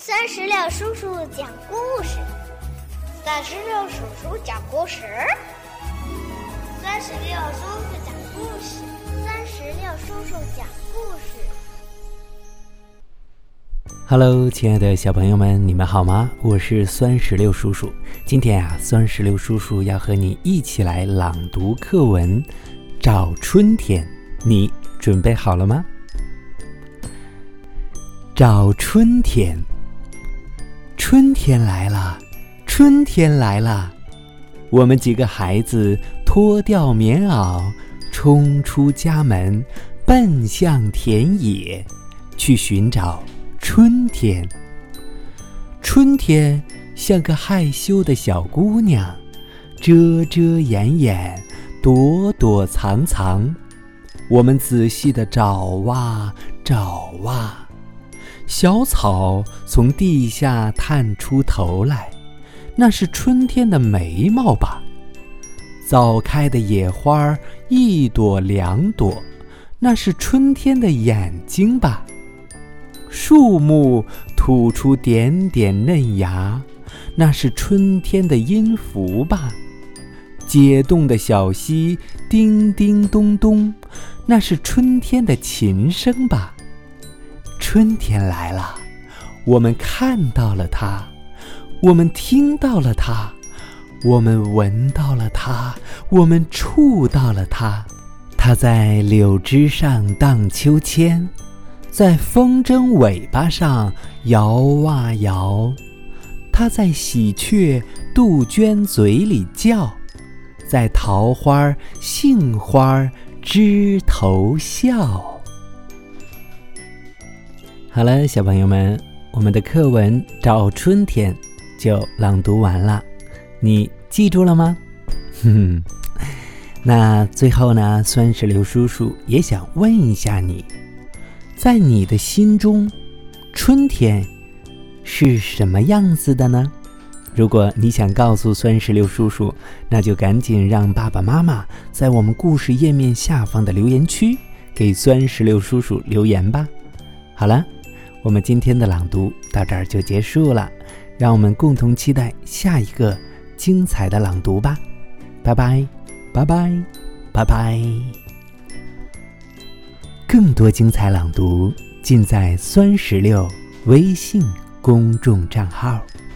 36叔叔讲故事，36叔叔讲故事，36叔叔讲故事，36叔叔讲故事。 Hello， 亲爱的小朋友们，你们好吗？我是36叔叔。今天36叔叔要和你一起来朗读课文《找春天》，你准备好了吗？找春天，春天来了，春天来了。我们几个孩子脱掉棉袄，冲出家门，奔向田野，去寻找春天。春天像个害羞的小姑娘，遮遮掩掩，躲躲藏藏。我们仔细地找啊找啊，小草从地下探出头来，那是春天的眉毛吧？早开的野花一朵两朵，那是春天的眼睛吧？树木吐出点点嫩芽，那是春天的音符吧？解冻的小溪叮叮咚咚，那是春天的琴声吧？春天来了，我们看到了它，我们听到了它，我们闻到了它，我们触到了它。它在柳枝上荡秋千，在风筝尾巴上摇啊摇，它在喜鹊、杜鹃嘴里叫，在桃花、杏花枝头笑。好了，小朋友们，我们的课文《找春天》就朗读完了，你记住了吗？那最后呢，36叔叔也想问一下你，在你的心中，春天是什么样子的呢？如果你想告诉36叔叔，那就赶紧让爸爸妈妈在我们故事页面下方的留言区给36叔叔留言吧。好了，我们今天的朗读到这儿就结束了，让我们共同期待下一个精彩的朗读吧。拜拜，拜拜，拜拜。更多精彩朗读尽在酸石榴微信公众账号。